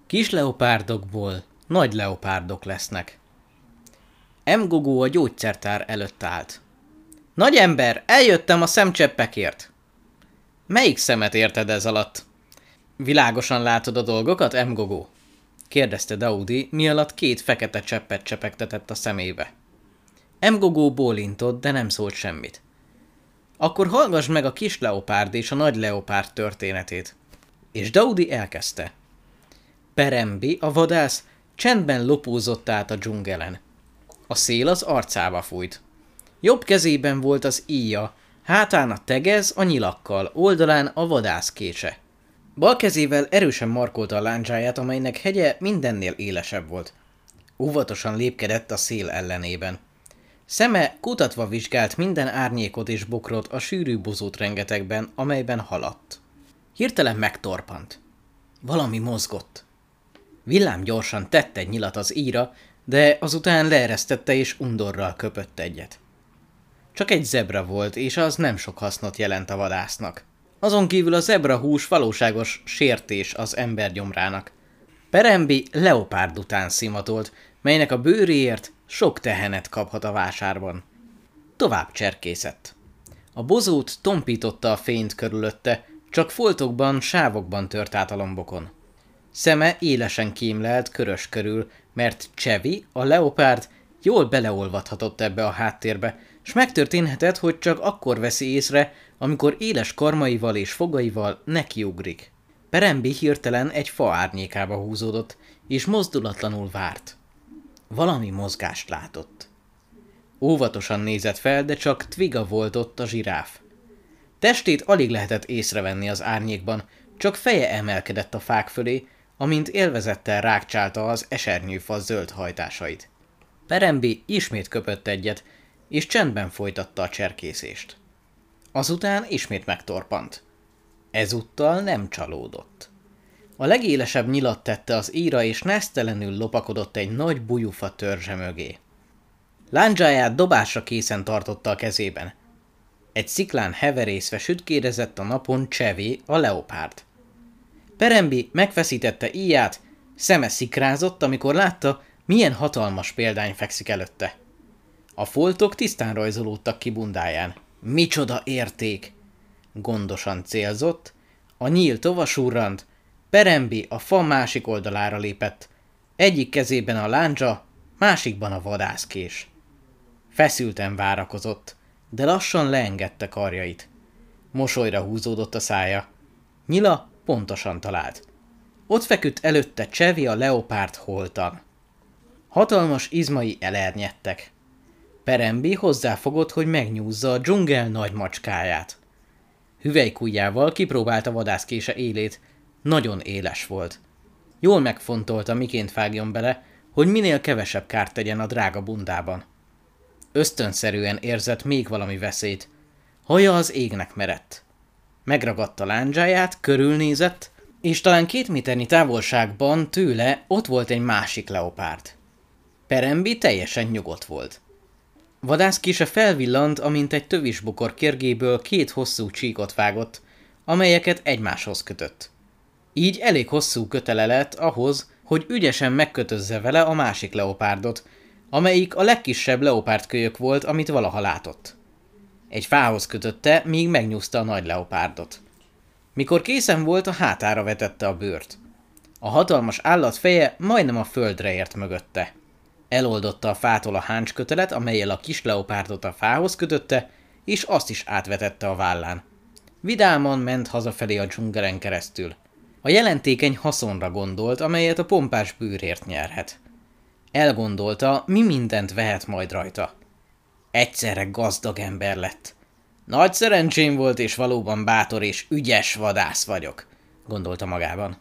Kis leopárdokból nagy leopárdok lesznek. M-Gogó a gyógyszertár előtt állt. Nagy ember, eljöttem a szemcseppekért. Melyik szemet érted ez alatt? Világosan látod a dolgokat, M-Gogó? Kérdezte Daudi, mi alatt két fekete cseppet csepegtetett a szemébe. M-Gogó bólintott, de nem szólt semmit. Akkor hallgass meg a kis leopárd és a nagy leopárd történetét. És Daudi elkezdte. Perembi, a vadász, csendben lopózott át a dzsungelen. A szél az arcába fújt. Jobb kezében volt az íja, hátán a tegez a nyilakkal, oldalán a vadász kése. Bal kezével erősen markolta a lándzsáját, amelynek hegye mindennél élesebb volt. Óvatosan lépkedett a szél ellenében. Szeme kutatva vizsgált minden árnyékot és bokrot a sűrű bozót rengetegben, amelyben haladt. Hirtelen megtorpant. Valami mozgott. Villám gyorsan tett egy nyilat az íjra, de azután leeresztette és undorral köpött egyet. Csak egy zebra volt, és az nem sok hasznot jelent a vadásznak. Azon kívül a zebra hús valóságos sértés az ember gyomrának. Perembi leopárd után szimatolt, melynek a bőréért sok tehenet kaphat a vásárban. Tovább cserkészett. A bozót tompította a fényt körülötte, csak foltokban, sávokban tört át a lombokon. Szeme élesen kémlelt körös körül, mert Csevi, a leopárd, jól beleolvadhatott ebbe a háttérbe, s megtörténhetett, hogy csak akkor veszi észre, amikor éles karmaival és fogaival nekiugrik. Perembi hirtelen egy fa árnyékába húzódott, és mozdulatlanul várt. Valami mozgást látott. Óvatosan nézett fel, de csak Twiga volt ott, a zsiráf. Testét alig lehetett észrevenni az árnyékban, csak feje emelkedett a fák fölé, amint élvezettel rákcsálta az esernyőfa zöld hajtásait. Perembi ismét köpött egyet, és csendben folytatta a cserkészést. Azután ismét megtorpant. Ezúttal nem csalódott. A legélesebb nyilat tette az íjra, és nesztelenül lopakodott egy nagy bujufa törzse mögé. Lándzsáját dobásra készen tartotta a kezében. Egy sziklán heverészve sütkérezett a napon Csevi, a leopárd. Perembi megfeszítette íját, szeme szikrázott, amikor látta, milyen hatalmas példány fekszik előtte. A foltok tisztán rajzolódtak ki bundáján. Micsoda érték! Gondosan célzott, a nyíl tovasurrant, Perembi a fa másik oldalára lépett, egyik kezében a lándzsa, másikban a vadászkés. Feszülten várakozott, de lassan leengedte karjait. Mosolyra húzódott a szája. Nyila pontosan talált. Ott feküdt előtte Csevi, a leopárd holtan. Hatalmas izmai elernyedtek. Perembi hozzáfogott, hogy megnyúzza a dzsungel nagy macskáját. Hüvelykujjával kipróbálta vadászkése élét, nagyon éles volt. Jól megfontolta, miként vágjon bele, hogy minél kevesebb kárt tegyen a drága bundában. Ösztönszerűen érzett még valami veszélyt. Haja az égnek merett. Megragadta lándzsáját, körülnézett, és talán 2 méternyi távolságban tőle ott volt egy másik leopárd. Perembi teljesen nyugodt volt. Vadászkése felvillant, amint egy tövisbokor kérgéből 2 hosszú csíkot vágott, amelyeket egymáshoz kötött. Így elég hosszú kötele lett ahhoz, hogy ügyesen megkötözze vele a másik leopárdot, amelyik a legkisebb leopárdkölyök volt, amit valaha látott. Egy fához kötötte, míg megnyúzta a nagy leopárdot. Mikor készen volt, a hátára vetette a bőrt. A hatalmas állat feje majdnem a földre ért mögötte. Eloldotta a fától a háncskötelet, amellyel a kis leopárdot a fához kötötte, és azt is átvetette a vállán. Vidáman ment hazafelé a dzsungelen keresztül. A jelentékeny haszonra gondolt, amelyet a pompás bőrért nyerhet. Elgondolta, mi mindent vehet majd rajta. Egyszerre gazdag ember lett. Nagy szerencsém volt, és valóban bátor és ügyes vadász vagyok, gondolta magában.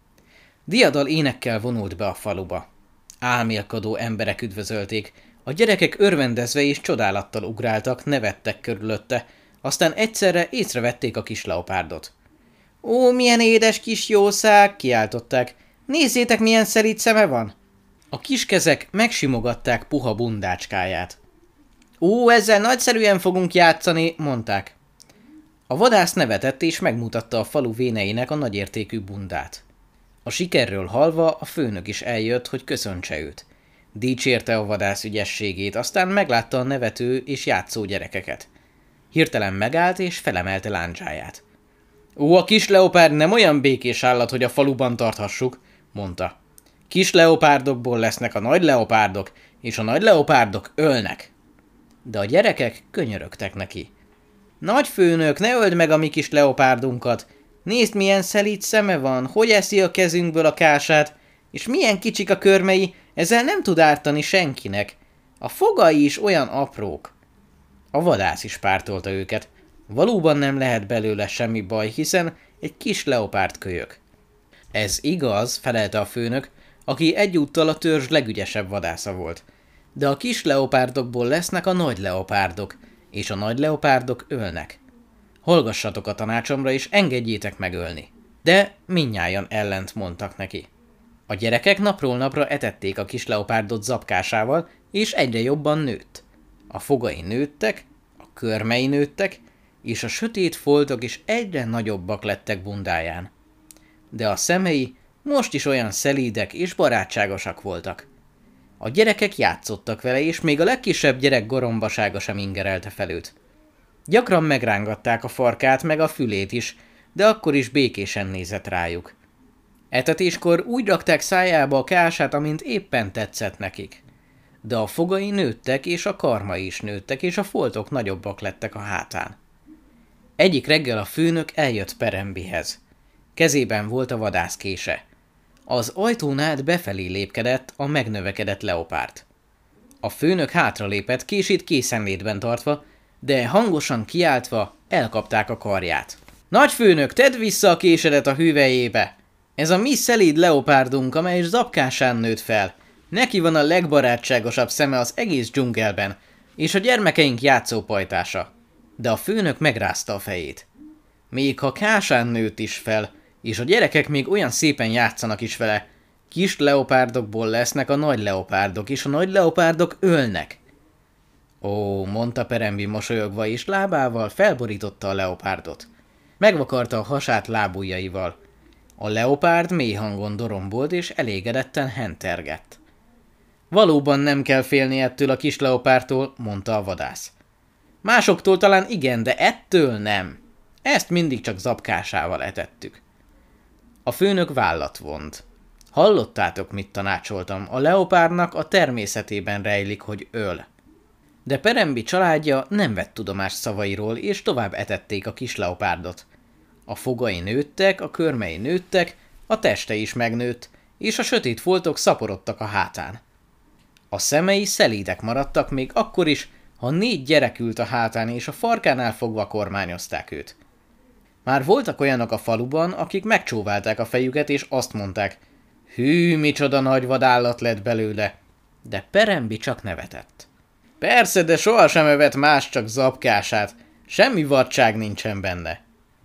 Diadal énekkel vonult be a faluba. Álmélkodó emberek üdvözölték, a gyerekek örvendezve és csodálattal ugráltak, nevettek körülötte, aztán egyszerre észrevették a kis leopárdot. Ó, milyen édes kis jószág, kiáltották. Nézzétek, milyen szelíd szeme van! A kis kezek megsimogatták puha bundácskáját. Ó, ezzel nagyszerűen fogunk játszani, mondták. A vadász nevetett és megmutatta a falu véneinek a nagyértékű bundát. A sikerről hallva a főnök is eljött, hogy köszöntse őt. Dicsérte a vadász ügyességét, aztán meglátta a nevető és játszó gyerekeket. Hirtelen megállt és felemelte láncsáját. Ó, a kis leopárd nem olyan békés állat, hogy a faluban tarthassuk, mondta. Kis leopárdokból lesznek a nagy leopárdok, és a nagy leopárdok ölnek. De a gyerekek könyörögtek neki. Nagy főnök, ne öld meg a mi kis leopárdunkat! Nézd, milyen szelíd szeme van, hogy eszi a kezünkből a kását, és milyen kicsik a körmei, ezzel nem tud ártani senkinek. A fogai is olyan aprók. A vadász is pártolta őket. Valóban nem lehet belőle semmi baj, hiszen egy kis leopárd kölyök. Ez igaz, felelte a főnök, aki egyúttal a törzs legügyesebb vadásza volt. De a kis leopárdokból lesznek a nagy leopárdok, és a nagy leopárdok ölnek. Hallgassatok a tanácsomra, és engedjétek megölni. De mindnyájan ellent mondtak neki. A gyerekek napról napra etették a kis leopárdot zapkásával, és egyre jobban nőtt. A fogai nőttek, a körmei nőttek, és a sötét foltok is egyre nagyobbak lettek bundáján. De a szemei most is olyan szelídek és barátságosak voltak. A gyerekek játszottak vele, és még a legkisebb gyerek gorombasága sem ingerelte fel őt. Gyakran megrángatták a farkát, meg a fülét is, de akkor is békésen nézett rájuk. Etetéskor úgy rakták szájába a kását, amint éppen tetszett nekik. De a fogai nőttek, és a karmai is nőttek, és a foltok nagyobbak lettek a hátán. Egyik reggel a főnök eljött Perembihez. Kezében volt a vadászkése. Az ajtón át befelé lépkedett a megnövekedett leopárd. A főnök hátralépett, kését készenlétben tartva, de hangosan kiáltva elkapták a karját. Nagyfőnök, tedd vissza a késedet a hüvelyébe! Ez a mi szelíd leopárdunk, amely zapkásán nőtt fel. Neki van a legbarátságosabb szeme az egész dzsungelben, és a gyermekeink játszópajtása. De a főnök megrázta a fejét. Még ha kásán nőtt is fel, és a gyerekek még olyan szépen játszanak is vele, kis leopárdokból lesznek a nagy leopárdok, és a nagy leopárdok ölnek. Ó, mondta Perembi mosolyogva, és lábával felborította a leopárdot. Megvakarta a hasát lábujjaival. A leopárd mély hangon dorombolt, és elégedetten hentergett. Valóban nem kell félni ettől a kis leopárdtól, mondta a vadász. Másoktól talán igen, de ettől nem. Ezt mindig csak zapkásával etettük. A főnök vállat vont. Hallottátok, mit tanácsoltam? A leopárdnak a természetében rejlik, hogy öl. De Perembi családja nem vett tudomást szavairól, és tovább etették a kis leopárdot. A fogai nőttek, a körmei nőttek, a teste is megnőtt, és a sötét foltok szaporodtak a hátán. A szemei szelídek maradtak még akkor is, ha 4 gyerek ült a hátán, és a farkánál fogva kormányozták őt. Már voltak olyanok a faluban, akik megcsóválták a fejüket, és azt mondták, hű, micsoda nagy vadállat lett belőle, de Perembi csak nevetett. Persze, de sohasem evett más, csak zapkását, semmi vadság nincsen benne.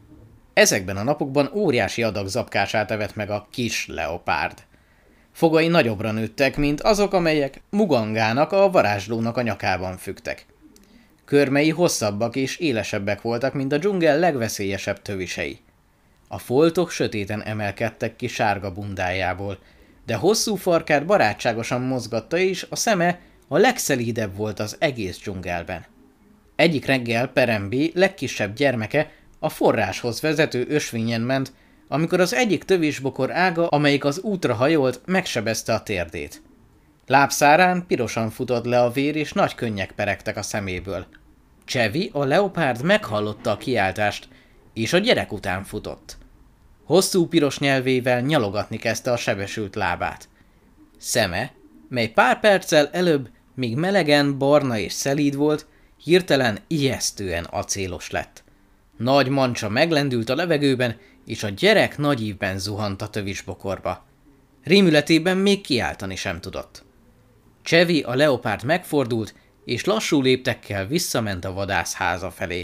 Ezekben a napokban óriási adag zapkását evett meg a kis leopárd. Fogai nagyobbra nőttek, mint azok, amelyek Mugangának, a varázslónak a nyakában függtek. Körmei hosszabbak és élesebbek voltak, mint a dzsungel legveszélyesebb tövisei. A foltok sötéten emelkedtek ki sárga bundájából, de hosszú farkát barátságosan mozgatta, és a szeme a legszelídebb volt az egész dzsungelben. Egyik reggel Perembi legkisebb gyermeke a forráshoz vezető ösvényen ment, amikor az egyik tövisbokor ága, amelyik az útra hajolt, megsebezte a térdét. Lábszárán pirosan futott le a vér, és nagy könnyek peregtek a szeméből. Csevi, a leopárd meghallotta a kiáltást, és a gyerek után futott. Hosszú piros nyelvével nyalogatni kezdte a sebesült lábát. Szeme, mely pár perccel előbb még melegen, barna és szelíd volt, hirtelen ijesztően acélos lett. Nagy mancsa meglendült a levegőben, és a gyerek nagy ívben zuhant a tövisbokorba. Rémületében még kiáltani sem tudott. Csevi, a leopárd megfordult, és lassú léptekkel visszament a vadász háza felé.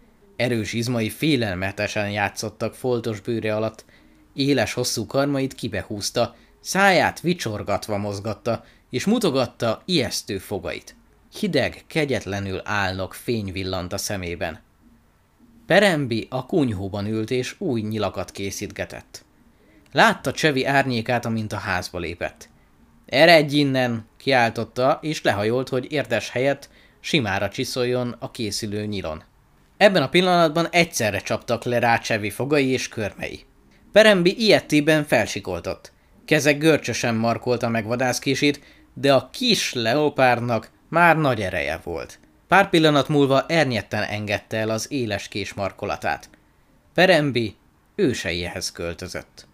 Erős izmai félelmetesen játszottak foltos bőre alatt, éles hosszú karmait kibehúzta, száját vicsorgatva mozgatta, és mutogatta ijesztő fogait. Hideg, kegyetlenül álnok fény villant a szemében. Perembi a kunyhóban ült, és új nyilakat készítgetett. Látta Csevi árnyékát, amint a házba lépett. Eredj innen, kiáltotta, és lehajolt, hogy érdes helyett simára csiszoljon a készülő nyilon. Ebben a pillanatban egyszerre csaptak le rá Csevi fogai és körmei. Perembi ijedtében felsikoltott. Keze görcsösen markolta meg vadászkését, de a kis leopárdnak már nagy ereje volt. Pár pillanat múlva ernyetten engedte el az éles kés markolatát. Perembi őseihez költözött.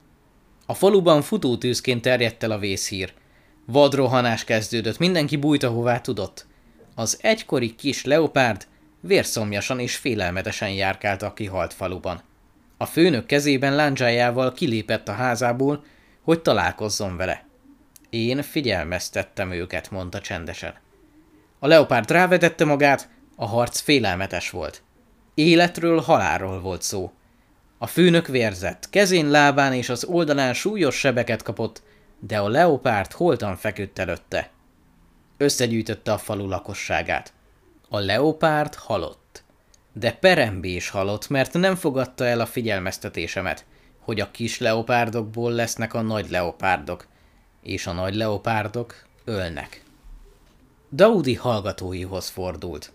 A faluban futótűzként terjedt el a vészhír. Vadrohanás kezdődött, mindenki bújt, ahová tudott. Az egykori kis leopárd vérszomjasan és félelmetesen járkált a kihalt faluban. A főnök kezében láncsájával kilépett a házából, hogy találkozzon vele. Én figyelmeztettem őket, mondta csendesen. A leopárd rávetette magát, a harc félelmetes volt. Életről, halálról volt szó. A főnök vérzett, kezén, lábán és az oldalán súlyos sebeket kapott, de a leopárd holtan feküdt előtte. Összegyűjtötte a falu lakosságát. A leopárd halott. De Perembi is halott, mert nem fogadta el a figyelmeztetésemet, hogy a kis leopárdokból lesznek a nagy leopárdok, és a nagy leopárdok ölnek. Daudi hallgatóihoz fordult.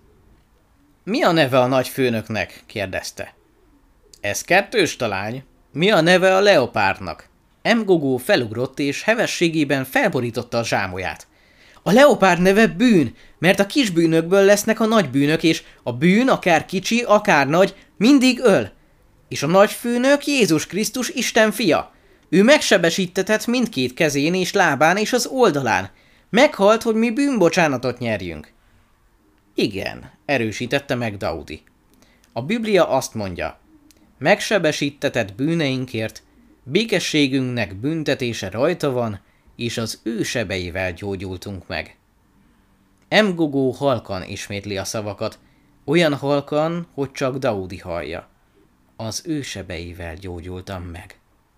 Mi a neve a nagy főnöknek? Kérdezte. Ez kettős talány. Mi a neve a leopárdnak? Gogó felugrott és hevességében felborította a zsámolyát. A leopárd neve bűn, mert a kis bűnökből lesznek a nagy bűnök, és a bűn, akár kicsi, akár nagy, mindig öl. És a nagy főnök Jézus Krisztus Isten fia. Ő megsebesítetett mindkét kezén és lábán és az oldalán. Meghalt, hogy mi bűnbocsánatot nyerjünk. Igen, erősítette meg Daudi. A Biblia azt mondja, megsebesítetett bűneinkért, békességünknek büntetése rajta van, és az ő sebeivel gyógyultunk meg. Gogó halkan ismétli a szavakat, olyan halkan, hogy csak Daudi hallja. Az ő sebeivel gyógyultam meg.